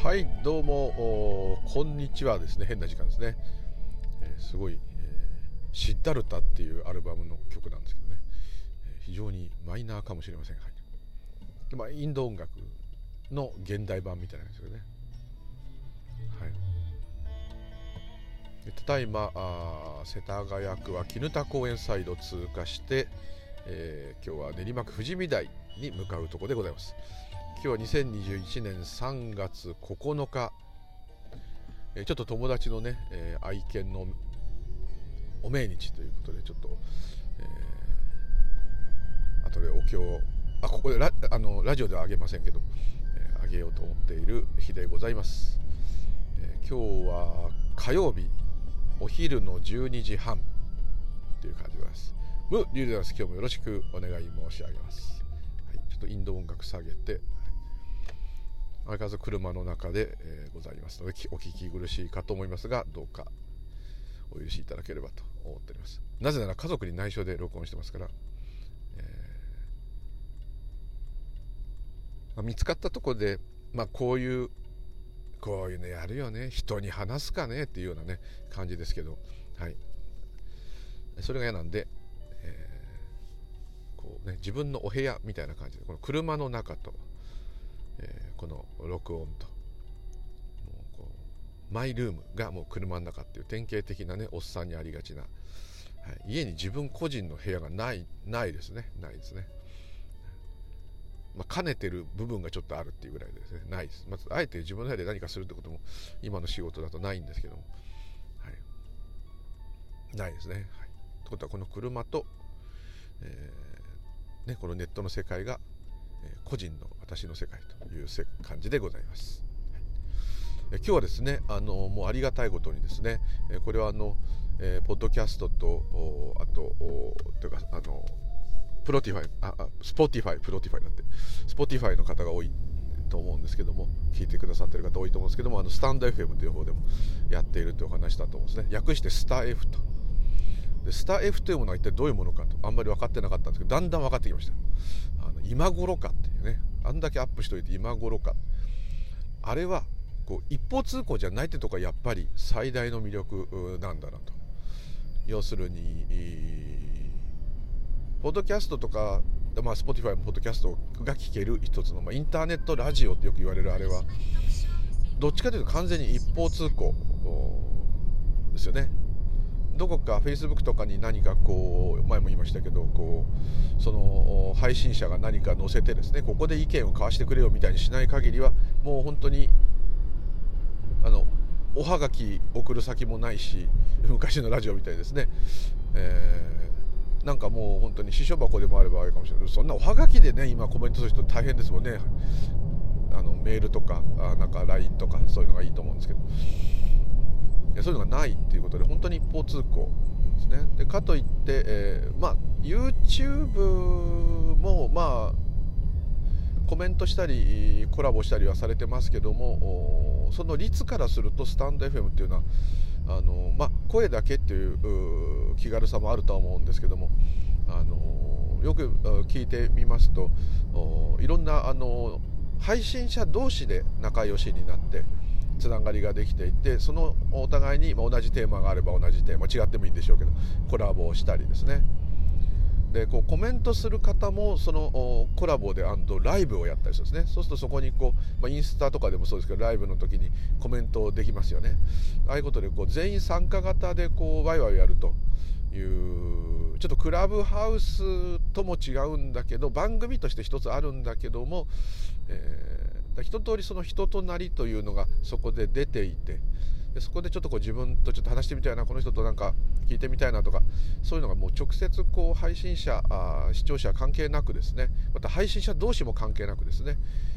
はい、どうもこんにちはですね。変な時間ですね。すごい、シッダルタっていうアルバムの曲なんですけどね、非常にマイナーかもしれません。はい、インド音楽の現代版みたいなんですよね。はい、ただいま世田谷区は砧公園サイド通過して、今日は練馬区富士見台に向かうところでございます。今日は2021年3月9日、ちょっと友達のね、愛犬のお命日ということで、ちょっと、後でお経ここでラジオではあげませんけど、あげようと思っている日でございます。今日は火曜日お昼の12時半という感じでございます。ム・リュウでございます。今日もよろしくお願い申し上げます。はい、ちょっとインド音楽下げて、相変わらず車の中で、ございますのでお聞き苦しいかと思いますが、どうかお許しいただければと思っております。なぜなら家族に内緒で録音してますから、見つかったところで、こういうのやるよね、人に話すかねっていうようなね感じですけど、はい、それが嫌なんで、自分のお部屋みたいな感じで、この車の中と、この録音と、マイルームがもう車の中っていう典型的なねおっさんにありがちな、家に自分個人の部屋がないですね。兼ねてる部分がちょっとあるっていうぐらいですね。ないです。あえて自分の部屋で何かするってことも今の仕事だとないんですけども、ないですね。ということはこの車と、このネットの世界が個人の私の世界という感じでございます。今日はですね、もうありがたいことにですね、これはポッドキャストとあとというかプロティファイスポティファイだってスポティファイの方が多いと思うんですけども、聞いてくださってる方多いと思うんですけども、スタンド FM という方でもやっているというお話だと思うんですね。略してスタ F と。でスタ F というものは一体どういうものかとあんまり分かってなかったんですけど、だんだん分かってきました。今頃かっていうね、あんだけアップしといて今頃か、あれは一方通行じゃないってとこがやっぱり最大の魅力なんだなと。要するにポッドキャストとか、Spotify もポッドキャストが聞ける一つの、インターネットラジオってよく言われるあれはどっちかというと完全に一方通行ですよね。どこか Facebook とかに何か前も言いましたけど、その配信者が何か載せてですね、ここで意見を交わしてくれよみたいにしない限りは、もう本当におはがき送る先もないし、昔のラジオみたいですね、なんかもう本当に私書箱でもあればあれかもしれない。そんなおはがきでね今コメントする人大変ですもんね。メールとかなんか LINE とかそういうのがいいと思うんですけど、そういうのがないっていうことで本当に一方通行ですね。でかといって、YouTube もコメントしたりコラボしたりはされてますけども、その率からするとスタンド FM っていうのは声だけっていう気軽さもあるとは思うんですけども、よく聞いてみますと、いろんな配信者同士で仲良しになってつながりができていて、そのお互いに同じテーマがあれば同じテーマ違ってもいいんでしょうけどコラボをしたりですね。でコメントする方もそのコラボでライブをやったりするんですね。そうするとそこにインスタとかでもそうですけどライブの時にコメントできますよね。ああいうことで全員参加型でワイワイやるという、ちょっとクラブハウスとも違うんだけど番組として一つあるんだけども、一通りその人となりというのがそこで出ていて、でそこでちょっと自分とちょっと話してみたいな、この人となんか聞いてみたいなとか、そういうのがもう直接配信者視聴者関係なくですね、また配信者同士も関係なくですね、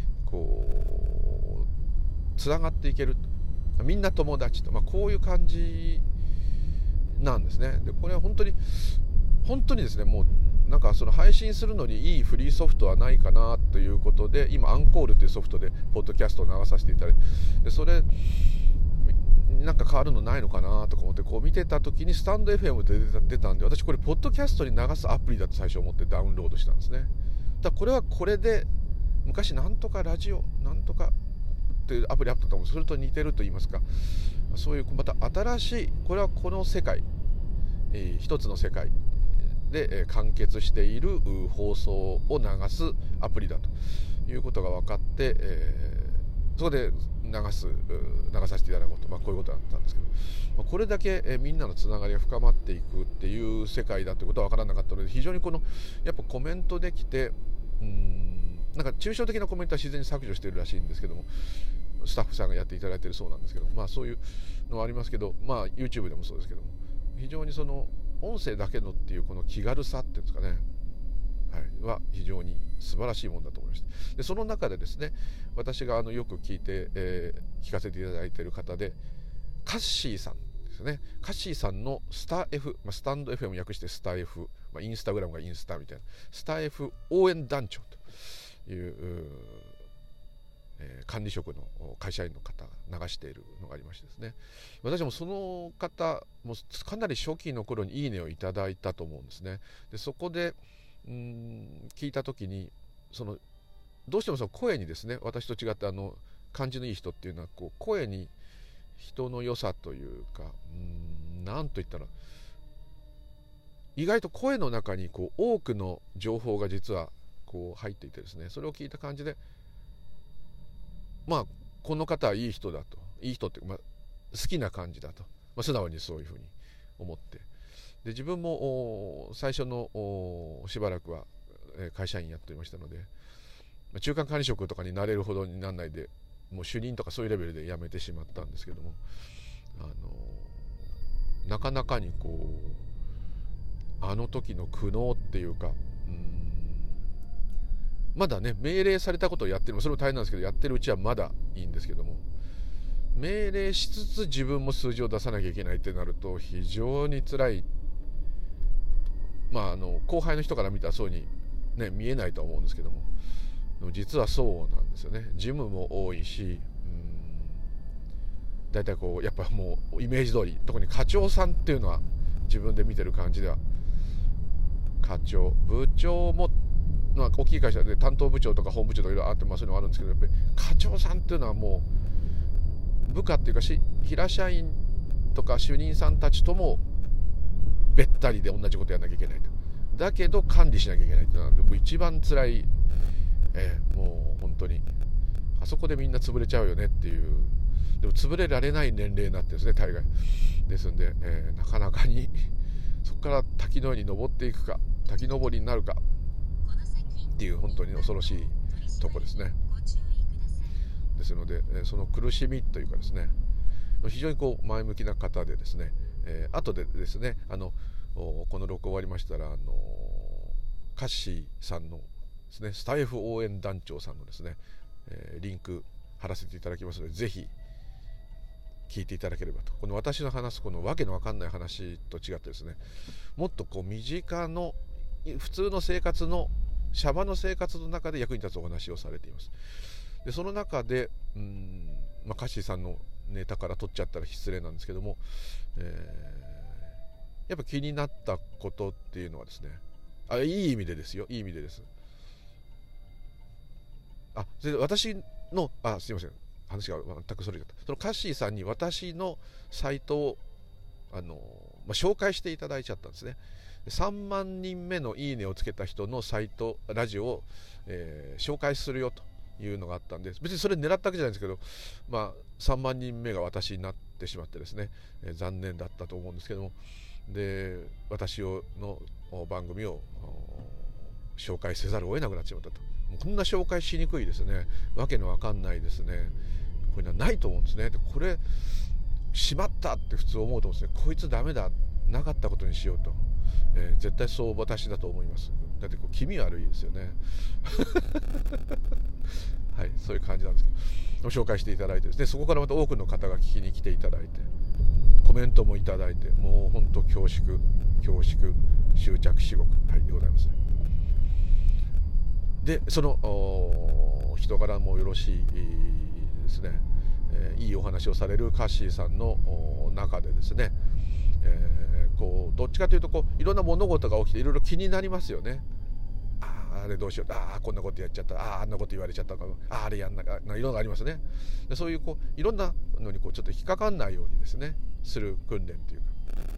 つながっていける、みんな友達と、こういう感じなんですね。でこれは本当にですね、もうなんかその配信するのにいいフリーソフトはないかなということで、今アンコールというソフトでポッドキャストを流させていただいて、でそれなんか変わるのないのかなとか思って見てた時にスタンド FM で出たんで、私これポッドキャストに流すアプリだと最初思ってダウンロードしたんですね。だからこれはこれで昔なんとかラジオなんとかっていうアプリあったと思うんです。それと似てると言いますか、そういうまた新しい、これはこの世界、一つの世界で完結している放送を流すアプリだということが分かって、そこで流させていただこうと、こういうことだったんですけど、これだけみんなのつながりが深まっていくっていう世界だということは分からなかったので、非常にやっぱコメントできて、なんか抽象的なコメントは自然に削除しているらしいんですけども、スタッフさんがやっていただいているそうなんですけど、そういうのはありますけど、YouTube でもそうですけども、非常に音声だけのっていうこの気軽さっていうんですかね、は非常に素晴らしいものだと思いました。でその中でですね、私がよく聞かせていただいている方で、カッシーさんですね。カッシーさんのスタ F、スタンド FM 訳してスタ F、インスタグラムがインスタみたいなスタ F 応援団長という、管理職の会社員の方が流しているのがありましてですね、私もその方もかなり初期の頃にいいねをいただいたと思うんですね。でそこで聞いた時に、どうしてもその声にですね、私と違って感じのいい人っていうのは声に人の良さというか、なんといったら、意外と声の中に多くの情報が実は入っていてですね、それを聞いた感じで、この方はいい人だと、いい人っていうか、好きな感じだと、素直にそういうふうに思って、で自分も最初のしばらくは会社員やっておりましたので、中間管理職とかになれるほどにならないで、もう主任とかそういうレベルで辞めてしまったんですけども、なかなかにあの時の苦悩っていうか、まだね命令されたことをやってる、それも大変なんですけど、やってるうちはまだいいんですけども、命令しつつ自分も数字を出さなきゃいけないってなると非常に辛い。後輩の人から見たらそうに、見えないと思うんですけども、でも実はそうなんですよね。事務も多いし、だいたいやっぱもうイメージ通り、特に課長さんっていうのは自分で見てる感じでは、課長、部長も大きい会社で担当部長とか本部長とかいろいろあって、そういうのもあるんですけど、やっぱり課長さんっていうのはもう部下っていうか平社員とか主任さんたちともべったりで同じことやらなきゃいけないと。だけど管理しなきゃいけないっていうのはもう一番辛い、もう本当にあそこでみんな潰れちゃうよねっていう。でも潰れられない年齢になってるんですね、大概ですんで、なかなかにそこから滝のように登っていくか、滝登りになるかっていう本当に恐ろしいとこですね。ですので、その苦しみというかですね、非常に前向きな方でですね、後でですね、この録終わりましたら、カッシーさんのですね、スタイフ応援団長さんのですね、リンク貼らせていただきますので、ぜひ聞いていただければと。この私の話すこのわけのわかんない話と違ってですね、もっと身近の普通の生活のシャバの生活の中で役に立つお話をされています。でその中でカッシーさんのネタから取っちゃったら失礼なんですけども、やっぱ気になったことっていうのはですね、いい意味でですよ、いい意味でです。それで私のすいません、話が全くそれちゃった。そのカッシーさんに私のサイトを紹介していただいちゃったんですね。3万人目のいいねをつけた人のサイトラジオを、紹介するよというのがあったんで、別にそれ狙ったわけじゃないんですけど、3万人目が私になってしまってですね、残念だったと思うんですけども、で私の番組を紹介せざるを得なくなってしまったと。もうこんな紹介しにくいですね、わけのわかんないですね、こういうのはないと思うんですね。でこれしまったって普通思うと思うんですね。こいつダメだ、なかったことにしようと、絶対そう私だと思います。だって気味悪いですよねはい、そういう感じなんですけど、紹介していただいてですね、そこからまた多くの方が聞きに来ていただいて、コメントもいただいて、もう本当恐縮執着至極、でございます。でその人柄もよろしいですね、いいお話をされるカッシーさんの中でですね、どっちかというといろんな物事が起きていろいろ気になりますよね。 あれどうしよう、ああこんなことやっちゃった、あああんなこと言われちゃったか、あああれやんなか、いろんなのがありますね。でそういういろんなのにちょっと引っかかんないようにですねする訓練っていうか、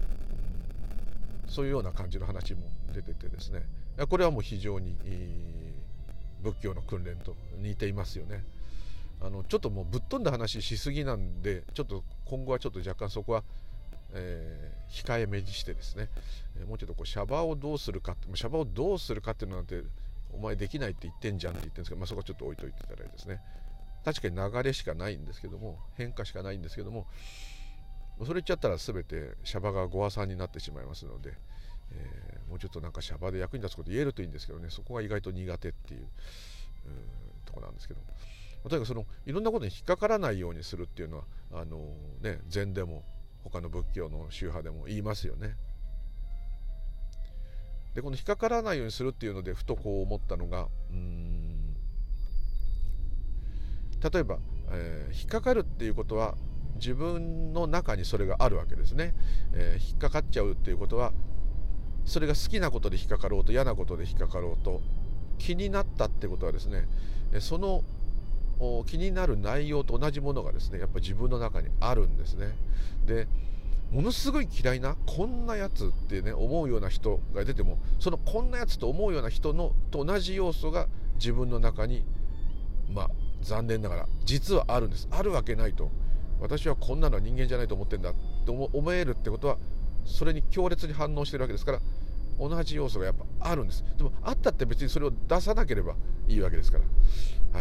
そういうような感じの話も出ててですね、これはもう非常に、仏教の訓練と似ていますよね。ちょっともうぶっ飛んだ話しすぎなんで、ちょっと今後はちょっと若干そこは、控えめにしてですね、もうちょっとシャバをどうするか、シャバをどうするかっていうのなんてお前できないって言ってんじゃんって言ってるんですけど、そこはちょっと置いといていただいてですね、確かに流れしかないんですけども、変化しかないんですけども、それ言っちゃったら全てシャバがご破算になってしまいますので、もうちょっとなんかシャバで役に立つこと言えるといいんですけどね、そこが意外と苦手っていう、ところなんですけど、とにかくいろんなことに引っかからないようにするっていうのは禅でも他の仏教の宗派でも言いますよね。でこの引っかからないようにするっていうのでふと思ったのが、例えば、引っかかるっていうことは自分の中にそれがあるわけですね。引っかかっちゃうっていうことは、それが好きなことで引っかかろうと嫌なことで引っかかろうと、気になったってことはですね、その気になる内容と同じものがですねやっぱり自分の中にあるんですね。でものすごい嫌いなこんなやつってね思うような人が出ても、そのこんなやつと思うような人のと同じ要素が自分の中に残念ながら実はあるんです。あるわけないと、私はこんなのは人間じゃないと思ってんだって思えるってことは、それに強烈に反応してるわけですから、同じ要素がやっぱあるんです。でもあったって別にそれを出さなければいいわけですから、はい。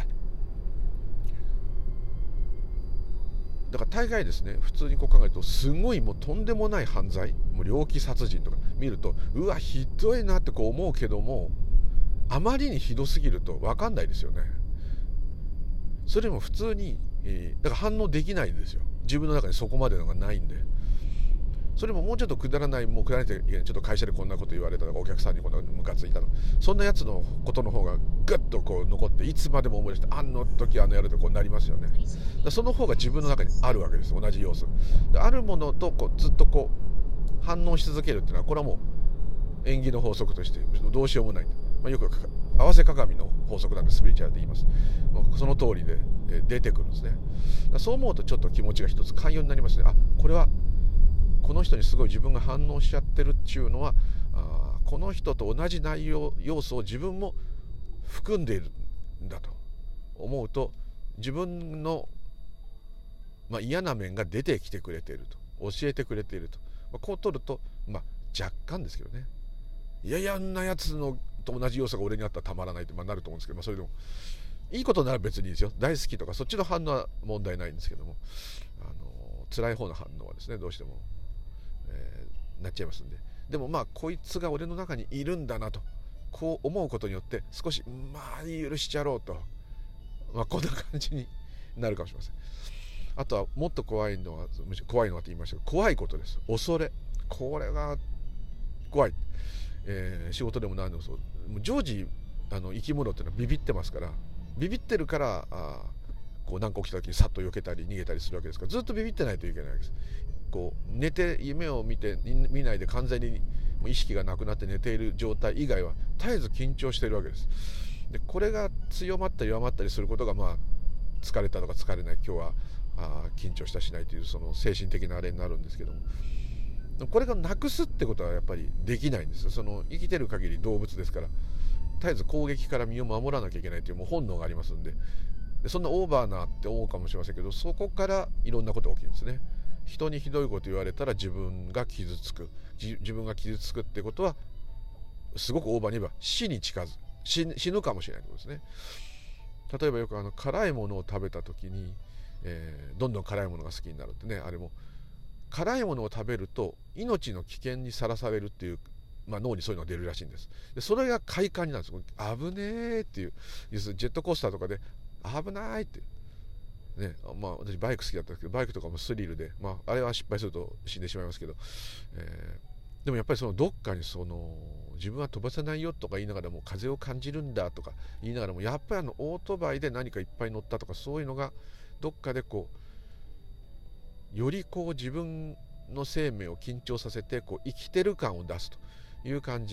だから大概ですね、普通に考えるとすごいもうとんでもない犯罪、もう猟奇殺人とか見るとうわひどいなって思うけども、あまりにひどすぎると分かんないですよね。それも普通に、だから反応できないんですよ、自分の中にそこまでのがないんで。それももうちょっとくだらない、もうくだらないといけない、ちょっと会社でこんなこと言われたとか、お客さんにこんなムカついたの、そんなやつのことの方がグッと残って、いつまでも思い出して、あの時あのやるとなりますよね。だその方が自分の中にあるわけです、同じ要素であるものとずっと反応し続けるっていうのは、これはもう縁起の法則としてどうしようもない、よく合わせ鏡の法則なんでスピリチュアルで言います。その通りで出てくるんですね。そう思うとちょっと気持ちが一つ寛容になりますね。これはこの人にすごい自分が反応しちゃってるっていうのは、この人と同じ内容要素を自分も含んでいるんだと思うと、自分の、嫌な面が出てきてくれていると、教えてくれていると、こう取ると、若干ですけどね、いやいやあんなやつのと同じ要素が俺にあったらたまらないって、なると思うんですけど、それでもいいことなら別にいいですよ、大好きとかそっちの反応は問題ないんですけども、辛い方の反応はですねどうしてもなっちゃいますんで。でもこいつが俺の中にいるんだなと思うことによって少し許しちゃろうと、こんな感じになるかもしれません。あとはもっと怖いのはって言いましたけど、怖いことです。恐れ、これが怖い、仕事でも何でもそう、もう常時生き物っていうのはビビってますから、ビビってるから何か起きた時にさっと避けたり逃げたりするわけですから、ずっとビビってないといけないわけです。寝て夢を見ないで完全に意識がなくなって寝ている状態以外は絶えず緊張しているわけです。でこれが強まったり弱まったりすることが、疲れたとか疲れない、今日は緊張したしないというその精神的なあれになるんですけども、これがなくすってことはやっぱりできないんですよ。生きてる限り動物ですから、絶えず攻撃から身を守らなきゃいけないという本能がありますんで、そんなオーバーなって思うかもしれませんけど、そこからいろんなことが起きるんですね。人にひどいこと言われたら自分が傷つく、自分が傷つくってことはすごくオーバーに言えば死に近づく、死ぬかもしれないということですね。例えばよく辛いものを食べた時に、どんどん辛いものが好きになるってね、あれも辛いものを食べると命の危険にさらされるっていう、脳にそういうのが出るらしいんです。でそれが快感になるんです。危ねえっていう、ジェットコースターとかで危ないってね、私バイク好きだったんですけど、バイクとかもスリルで、あれは失敗すると死んでしまいますけど、でもやっぱりどっかに自分は飛ばせないよとか言いながらも風を感じるんだとか言いながらも、やっぱりオートバイで何かいっぱい乗ったとか、そういうのがどっかでより自分の生命を緊張させて生きてる感を出すという感じ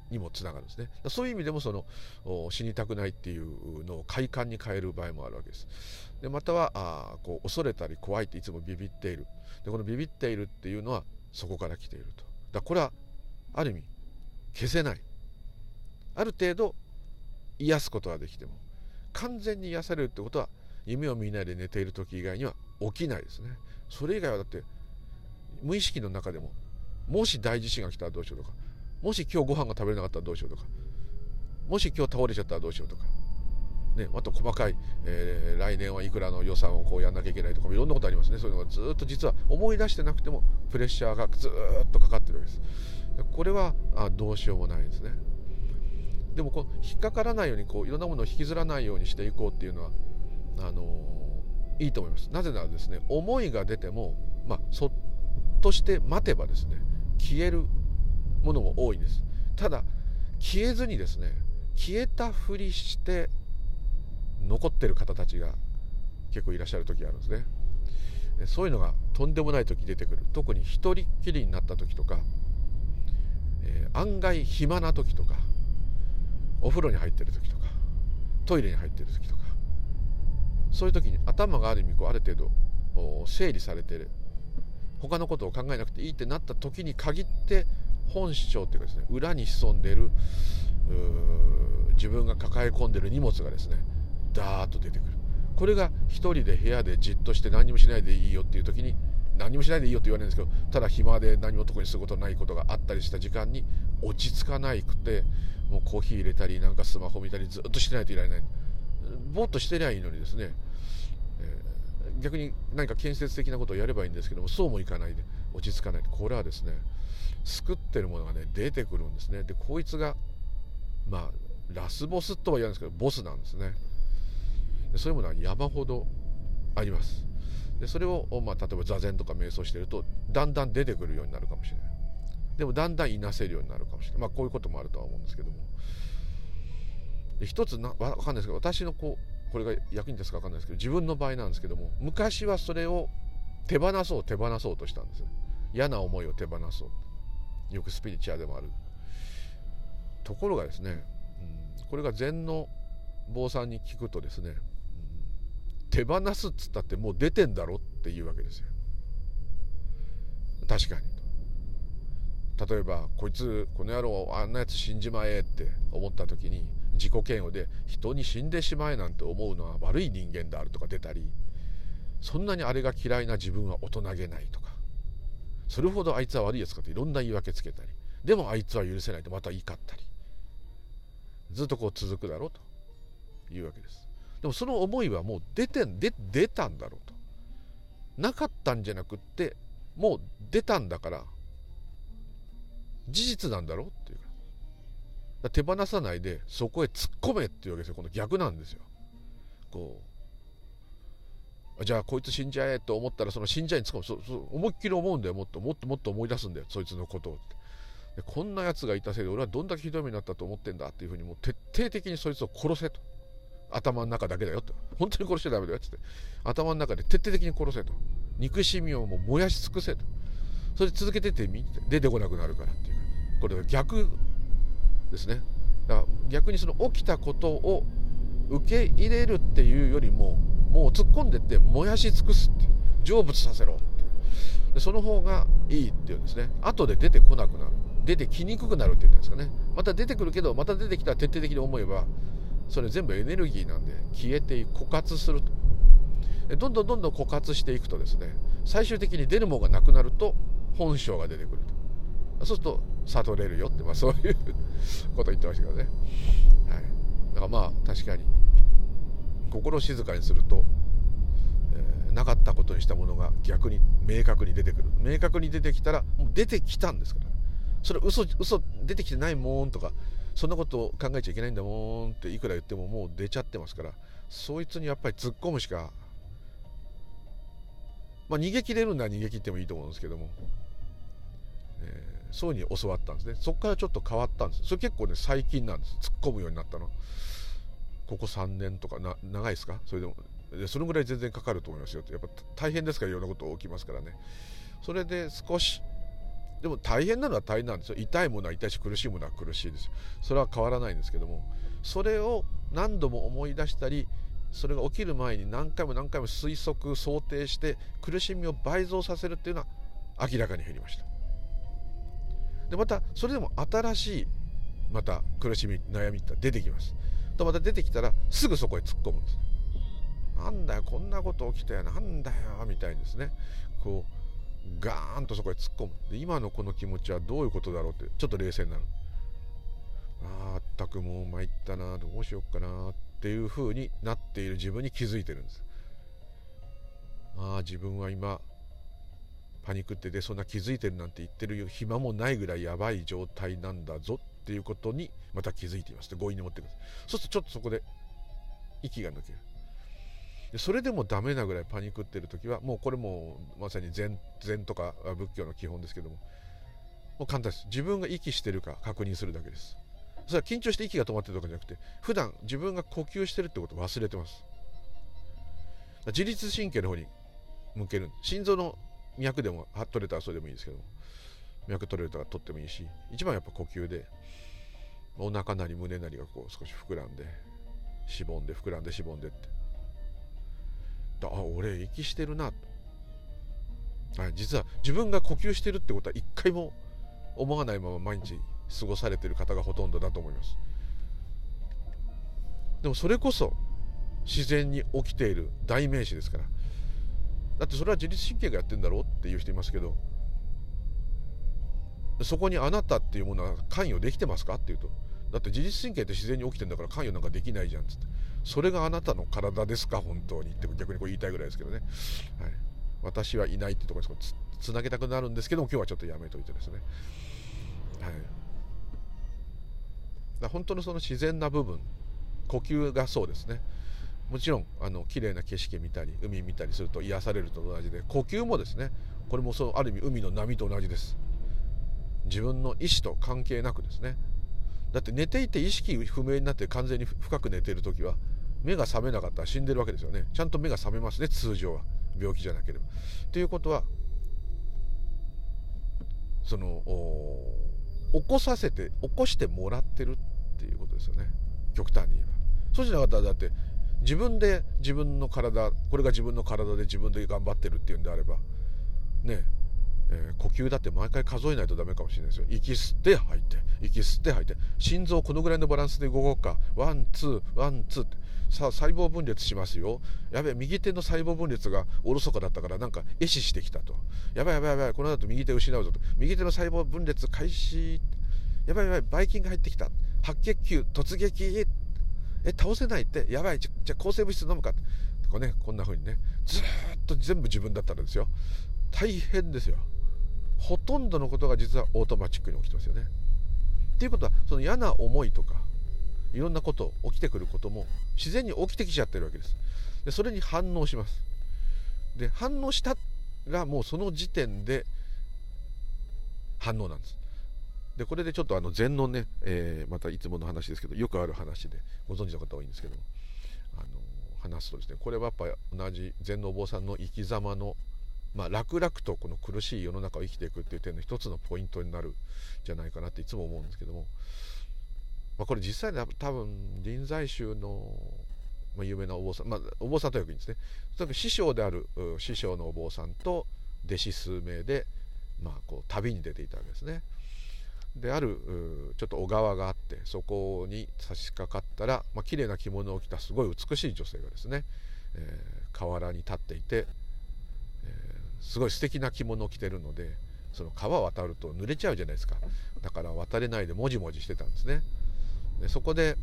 にもつながるんですね。そういう意味でも死にたくないっていうのを快感に変える場合もあるわけです。でまたは恐れたり怖いっていつもビビっている。でこのビビっているっていうのはそこから来ていると。これはある意味消せない。ある程度癒すことができても完全に癒されるってことは夢を見ないで寝ている時以外には起きないですね。それ以外はだって無意識の中でも、もし大地震が来たらどうしようとか、もし今日ご飯が食べれなかったらどうしようとか、もし今日倒れちゃったらどうしようとかね、あと細かい、来年はいくらの予算をやんなきゃいけないとかいろんなことありますね。そういうのがずっと実は思い出してなくてもプレッシャーがずっとかかってるわけです。これはどうしようもないですね。でも引っかからないようにいろんなものを引きずらないようにしていこうっていうのは、いいと思います。なぜならですね、思いが出ても、そっとして待てばですね、消えるものも多いんです。ただ消えずにですね、消えたふりして残ってる方たちが結構いらっしゃる時があるんですね。そういうのがとんでもない時出てくる。特に一人っきりになった時とか、案外暇な時とか、お風呂に入ってる時とか、トイレに入ってる時とか、そういう時に頭がある意味ある程度整理されてる、他のことを考えなくていいってなった時に限って本性っていうかですね、裏に潜んでいる自分が抱え込んでいる荷物がですねダーッと出てくる。これが一人で部屋でじっとして何もしないでいいよっていう時に、何もしないでいいよって言われるんですけど、ただ暇で何も特にすることないことがあったりした時間に落ち着かないくて、もうコーヒー入れたりなんかスマホ見たりずっとしてないといられない。ぼーっとしてりゃいいのにですね、逆に何か建設的なことをやればいいんですけども、そうもいかないで落ち着かない。これはですね、救ってるものがね出てくるんですね。でこいつがラスボスとは言わないんですけどボスなんですね。でそういうものは山ほどあります。でそれを、例えば座禅とか瞑想しているとだんだん出てくるようになるかもしれない。でもだんだんいなせるようになるかもしれない。こういうこともあるとは思うんですけども、で一つ分かんないですけど、私のこれが役に立つか分かんないですけど、自分の場合なんですけども、昔はそれを手放そうとしたんですよ。嫌な思いを手放そう、よくスピリチュアでもある。ところがですね、これが禅の坊さんに聞くとですね、手放すっつったってもう出てんだろっていうわけですよ。確かにと。例えばこの野郎あんなやつ死んじまえって思った時に、自己嫌悪で人に死んでしまえなんて思うのは悪い人間であるとか出たり、そんなにあれが嫌いな自分は大人げないとか、それほどあいつは悪いやつかっていろんな言い訳つけたり、でもあいつは許せないとまた怒ったり、ずっと続くだろうというわけです。でもその思いはもう出たんだろうと。なかったんじゃなくってもう出たんだから事実なんだろうっていうか、手放さないでそこへ突っ込めっていうわけですよ。この逆なんですよ。じゃあこいつ死んじゃえと思ったら、その死んじゃえに突っ込む。思いっきり思うんだよ。もっと思い出すんだよ、そいつのことをって。でこんなやつがいたせいで俺はどんだけひどい目になったと思ってんだっていうふうに、もう徹底的にそいつを殺せと。頭の中だけだよと。本当に殺しちゃダメだよってって、頭の中で徹底的に殺せと。憎しみをもう燃やし尽くせと。それで続けてってみて出てこなくなるからっていう。これは逆ですね。だから逆にその起きたことを受け入れるっていうよりも、もう突っ込んでって燃やし尽くすって、成仏させろって。でその方がいいっていうんですね。後で出てこなくなる、出てきにくくなるって言ったんですかね。また出てくるけど、また出てきたら徹底的に思えばそれ全部エネルギーなんで消えて枯渇すると。でどんどん枯渇していくとですね、最終的に出るものがなくなると本性が出てくると。そうすると悟れるよって、そういうこと言ってましたけどね。はい、だから確かに心を静かにすると、なかったことにしたものが逆に明確に出てくる。明確に出てきたらもう出てきたんですから。それ嘘出てきてないもんとか、そんなことを考えちゃいけないんだもんっていくら言ってももう出ちゃってますから、そいつにやっぱり突っ込むしか、逃げ切れるんなら逃げ切ってもいいと思うんですけども、そういうふうに教わったんですね。そこからちょっと変わったんです。それ結構ね最近なんです。突っ込むようになったのここ3年とか長いですか。それでもそのぐらい全然かかると思いますよ。やっぱ大変ですから、いろんなこと起きますからね。それで少しでも大変なのは大変なんですよ。痛いものは痛いし、苦しいものは苦しいです。それは変わらないんですけども、それを何度も思い出したり、それが起きる前に何回も何回も推測想定して苦しみを倍増させるっていうのは明らかに減りました。でまたそれでも新しいまた苦しみ悩みって出てきます。とまた出てきたらすぐそこへ突っ込むんです。なんだよこんなこと起きたよ、なんだよみたいにですね、こうガーンとそこへ突っ込む。で今のこの気持ちはどういうことだろうってちょっと冷静になる。あったくもう参ったな、どうしよっかなっていう風になっている自分に気づいてるんです。自分は今パニックってでそんな気づいてるなんて言ってる暇もないぐらいやばい状態なんだぞっていうことにまた気づいていますって強引に持ってくる。そうするとちょっとそこで息が抜ける。でそれでもダメなぐらいパニックってる時はもうこれもまさに禅とか仏教の基本ですけども、もう簡単です。自分が息してるか確認するだけです。それは緊張して息が止まってるとかじゃなくて、普段自分が呼吸してるってことを忘れてます。自律神経の方に向ける。心臓の脈でも取れたらそれでもいいですけども、脈取れたら取ってもいいし、一番やっぱ呼吸でお腹なり胸なりがこう少し膨らんでしぼんで膨らんでしぼんでって、俺息してるなと、実は自分が呼吸してるってことは一回も思わないまま毎日過ごされている方がほとんどだと思います。でもそれこそ自然に起きている代名詞ですから。だってそれは自律神経がやってんだろうっていう人いますけど、そこにあなたっていうものは関与できてますかっていうと、だって自律神経って自然に起きてんだから関与なんかできないじゃんっつって、それがあなたの体ですか本当にって逆にこう言いたいぐらいですけどね、私はいないってところにつなげたくなるんですけども、今日はちょっとやめといてですね、だ本当のその自然な部分、呼吸がそうですね。もちろん綺麗な景色見たり海見たりすると癒されると同じで、呼吸もですね、これもある意味海の波と同じです。自分の意思と関係なくですね。だって寝ていて意識不明になって完全に深く寝ている時は目が覚めなかったら死んでるわけですよね。ちゃんと目が覚めますね、通常は、病気じゃなければ。ということはその起こしてもらってるっていうことですよね、極端に言えば。そうじゃなかったらだって自分で自分の体、これが自分の体で自分で頑張ってるっていうんであればね、呼吸だって毎回数えないとダメかもしれないですよ。息吸って吐いて息吸って吐いて、心臓このぐらいのバランスで動こうか、ワンツーワンツーって、さあ細胞分裂しますよ、やべえ右手の細胞分裂がおろそかだったからなんか壊死してきたと、やばいやばいやばいこの後右手失うぞと、右手の細胞分裂開始、やばいやばいばい菌が入ってきた、白血球突撃、倒せないって、やばい、じゃあ抗生物質飲むかってこう、ね、こんな風にね、ずーっと全部自分だったらですよ、大変ですよ。ほとんどのことが実はオートマチックに起きてますよね。っていうことはその嫌な思いとかいろんなこと起きてくることも自然に起きてきちゃってるわけです。でそれに反応します。で反応したらもうその時点で反応なんです。でこれでちょっと禅のね、またいつもの話ですけど、よくある話でご存知の方多いんですけども、話すとですね、これはやっぱり同じ禅のお坊さんの生き様の楽々とこの苦しい世の中を生きていくっていう点の一つのポイントになるんじゃないかなっていつも思うんですけども、これ実際に多分臨済宗の、有名なお坊さん、お坊さんというわけですね、例えば師匠である師匠のお坊さんと弟子数名で、こう旅に出ていたわけですね。であるちょっと小川があって、そこに差し掛かったら、綺麗な着物を着たすごい美しい女性がですね、河原に立っていて、すごい素敵な着物を着てるので、その川を渡ると濡れちゃうじゃないですか。だから渡れないでもじもじしてたんですね。でそこで、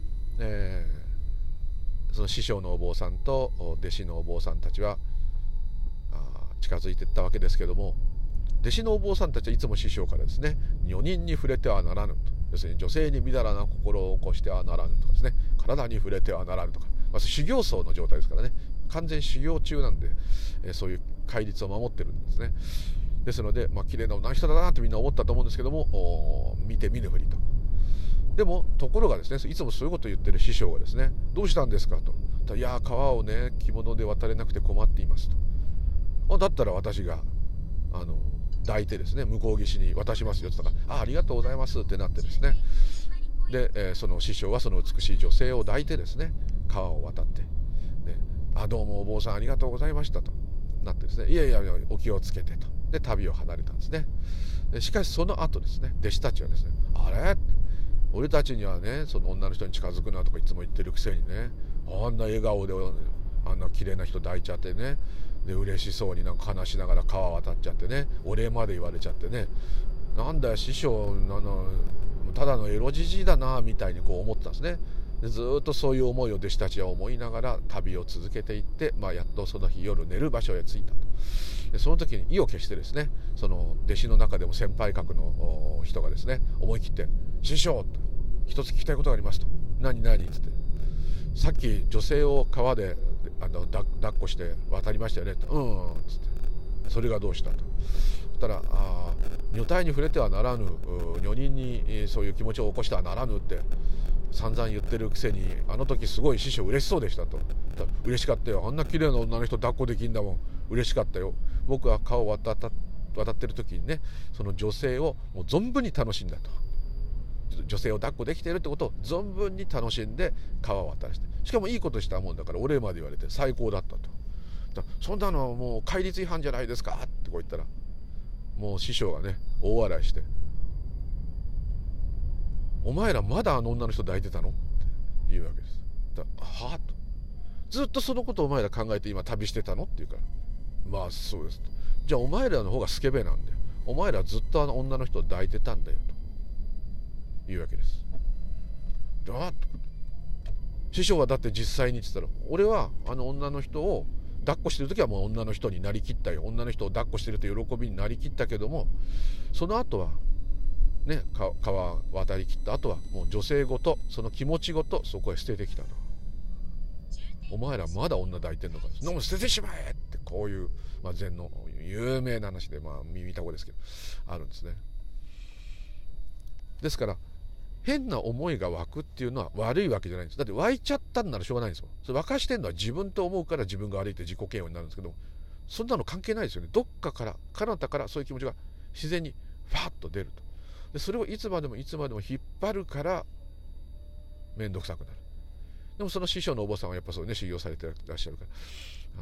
その師匠のお坊さんと弟子のお坊さんたちは近づいていったわけですけども、弟子のお坊さんたちはいつも師匠からですね、女人に触れてはならぬと、要するに女性にみだらな心を起こしてはならぬとかですね、体に触れてはならぬとか、修行僧の状態ですからね、完全修行中なんで、そういう戒律を守ってるんですね。ですので、綺麗な女の人だなってみんな思ったと思うんですけども、見て見ぬふりと。でもところがですね、いつもそういうことを言ってる師匠がですね、どうしたんですかと、いや川をね着物で渡れなくて困っていますと。だったら私が抱いてですね、向こう岸に渡しますよって言ったから、ありがとうございますってなってですね、で、その師匠はその美しい女性を抱いてですね、川を渡って、どうもお坊さんありがとうございましたとなってですね、いやいやお気をつけてと、で旅を離れたんですね。でしかしその後ですね、弟子たちはですね、あれ俺たちにはね、その女の人に近づくなとかいつも言ってるくせにね、あんな笑顔であんな綺麗な人抱いちゃってね、で嬉しそうになんか話しながら川渡っちゃってね、お礼まで言われちゃってね、なんだよ師匠ただのエロじじいだなみたいにこう思ってたんですね。でずっとそういう思いを弟子たちは思いながら旅を続けていって、やっとその日夜寝る場所へ着いたと。でその時に意を決してですね、その弟子の中でも先輩格の人がですね、思い切って「師匠一つ聞きたいことがあります」と「何?」って言って、さっき女性を川で抱っこして渡りましたよねって「うん」っつって「それがどうした?」と。そしたら「女体に触れてはならぬ、女人にそういう気持ちを起こしてはならぬ」って散々言ってるくせに、あの時すごい師匠嬉しそうでしたと。嬉しかったよ、あんな綺麗な女の人抱っこできんだもん、嬉しかったよ。僕は川を渡ってる時にね、その女性をもう存分に楽しんだと。女性を抱っこできているってことを存分に楽しんで川を渡らせて、しかもいいことしたもんだからお礼まで言われて最高だったと。そんなのもう戒律違反じゃないですかってこう言ったら、もう師匠がね大笑いして「お前らまだあの女の人抱いてたの?」って言うわけです。はあと。ずっとそのことをお前ら考えて今旅してたのって言うから、そうですと。じゃあお前らの方がスケベなんだよ、お前らずっとあの女の人を抱いてたんだよというわけです。師匠はだって実際にって言ったら、俺はあの女の人を抱っこしてる時はもう女の人になりきったよ、女の人を抱っこしてるという喜びになりきったけども、その後はね、川渡りきった後はもう女性ごとその気持ちごとそこへ捨ててきたと。お前らまだ女抱いてんのか、そんなもん捨ててしまえって、こういう、禅の有名な話で耳たこですけどあるんですね。ですから変な思いが湧くっていうのは悪いわけじゃないんです。だって湧いちゃったんならしょうがないんですよ。それ沸かしてんのは自分と思うから自分が悪いって自己嫌悪になるんですけど、そんなの関係ないですよね。どっかから彼方からそういう気持ちが自然にファッと出ると。でそれをいつまでも引っ張るから面倒くさくなる。でもその師匠のお坊さんはやっぱそうね、修行されてらっしゃるから、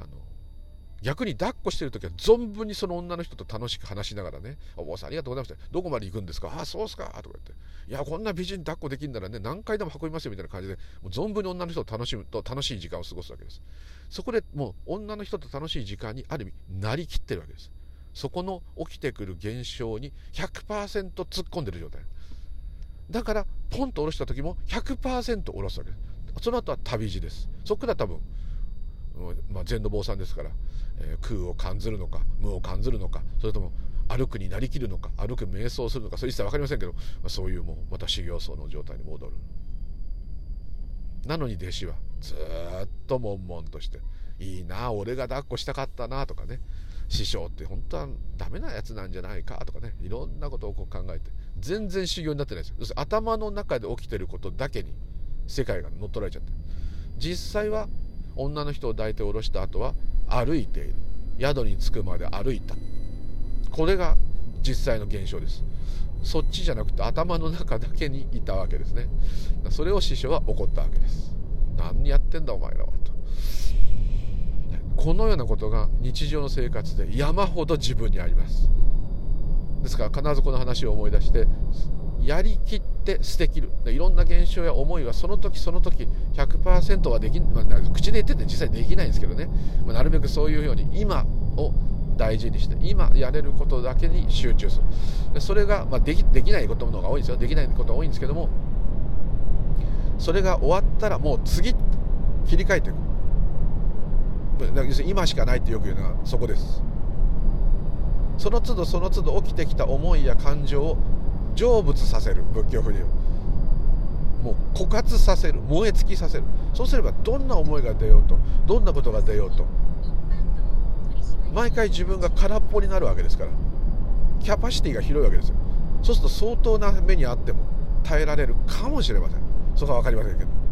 逆に抱っこしてる時は存分にその女の人と楽しく話しながらね、お坊さんありがとうございました、どこまで行くんですか、そうっすかとか言って、いやこんな美人抱っこできるならね何回でも運びますよみたいな感じで、もう存分に女の人と楽しむと楽しい時間を過ごすわけです。そこでもう女の人と楽しい時間にある意味なりきってるわけです。そこの起きてくる現象に 100% 突っ込んでる状態だから、ポンと下ろした時も 100% 下ろすわけです。その後は旅路です。そこから多分、禅の坊さんですから、空を感ずるのか無を感ずるのか、それとも歩くになりきるのか、歩く瞑想するのか、それ一切分かりませんけど、そういうもうまた修行僧の状態に戻る。なのに弟子はずっと悶々として、いいな俺が抱っこしたかったなとかね、師匠って本当はダメなやつなんじゃないかとかね、いろんなことをこう考えて全然修行になってないですよ。要するに頭の中で起きてることだけに世界が乗っ取られちゃってる。実際は女の人を抱いて下ろした後は歩いている、宿に着くまで歩いた、これが実際の現象です。そっちじゃなくて頭の中だけにいたわけですね。それを師匠は怒ったわけです。何やってんだお前らはと。このようなことが日常の生活で山ほど自分にあります。ですから必ずこの話を思い出してやりきって捨てきる。いろんな現象や思いはその時その時 100% はでき、口で言ってて実際できないんですけどね、なるべくそういうように今を大事にして今やれることだけに集中する。それが、できないことの方が多いんですよ。できないことが多いんですけども、それが終わったらもう次切り替えていく。要するに今しかないってよく言うのはそこです。その都度その都度起きてきた思いや感情を成仏させる。仏教風にもう枯渇させる、燃え尽きさせる。そうすればどんな思いが出ようと、どんなことが出ようと、毎回自分が空っぽになるわけですから、キャパシティが広いわけですよ。そうすると相当な目にあっても耐えられるかもしれません。そこは分かりませんけど、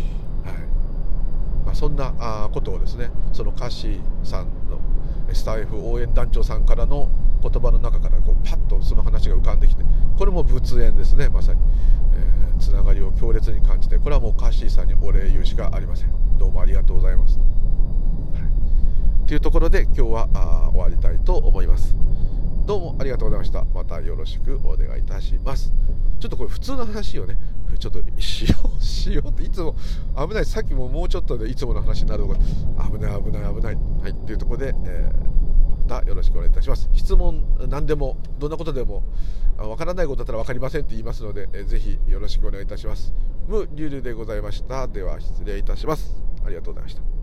そんなことをですね、そのカッシーさんのスタイフ応援団長さんからの言葉の中からこうパッとその話が浮かんできて、これも仏縁ですね。まさに、つながりを強烈に感じて、これはもうカッシーさんにお礼言うしかありません。どうもありがとうございます、というところで今日は終わりたいと思います。どうもありがとうございました。またよろしくお願いいたします。ちょっとこれ普通の話をねちょっとしようっていつも危ない。さっきももうちょっとでいつもの話になるのが危ないはいっていうところで、またよろしくお願いいたします。質問何でもどんなことでもわからないことだったら分かりませんって言いますので、ぜひよろしくお願いいたします。ムリュルでございました。では失礼いたします。ありがとうございました。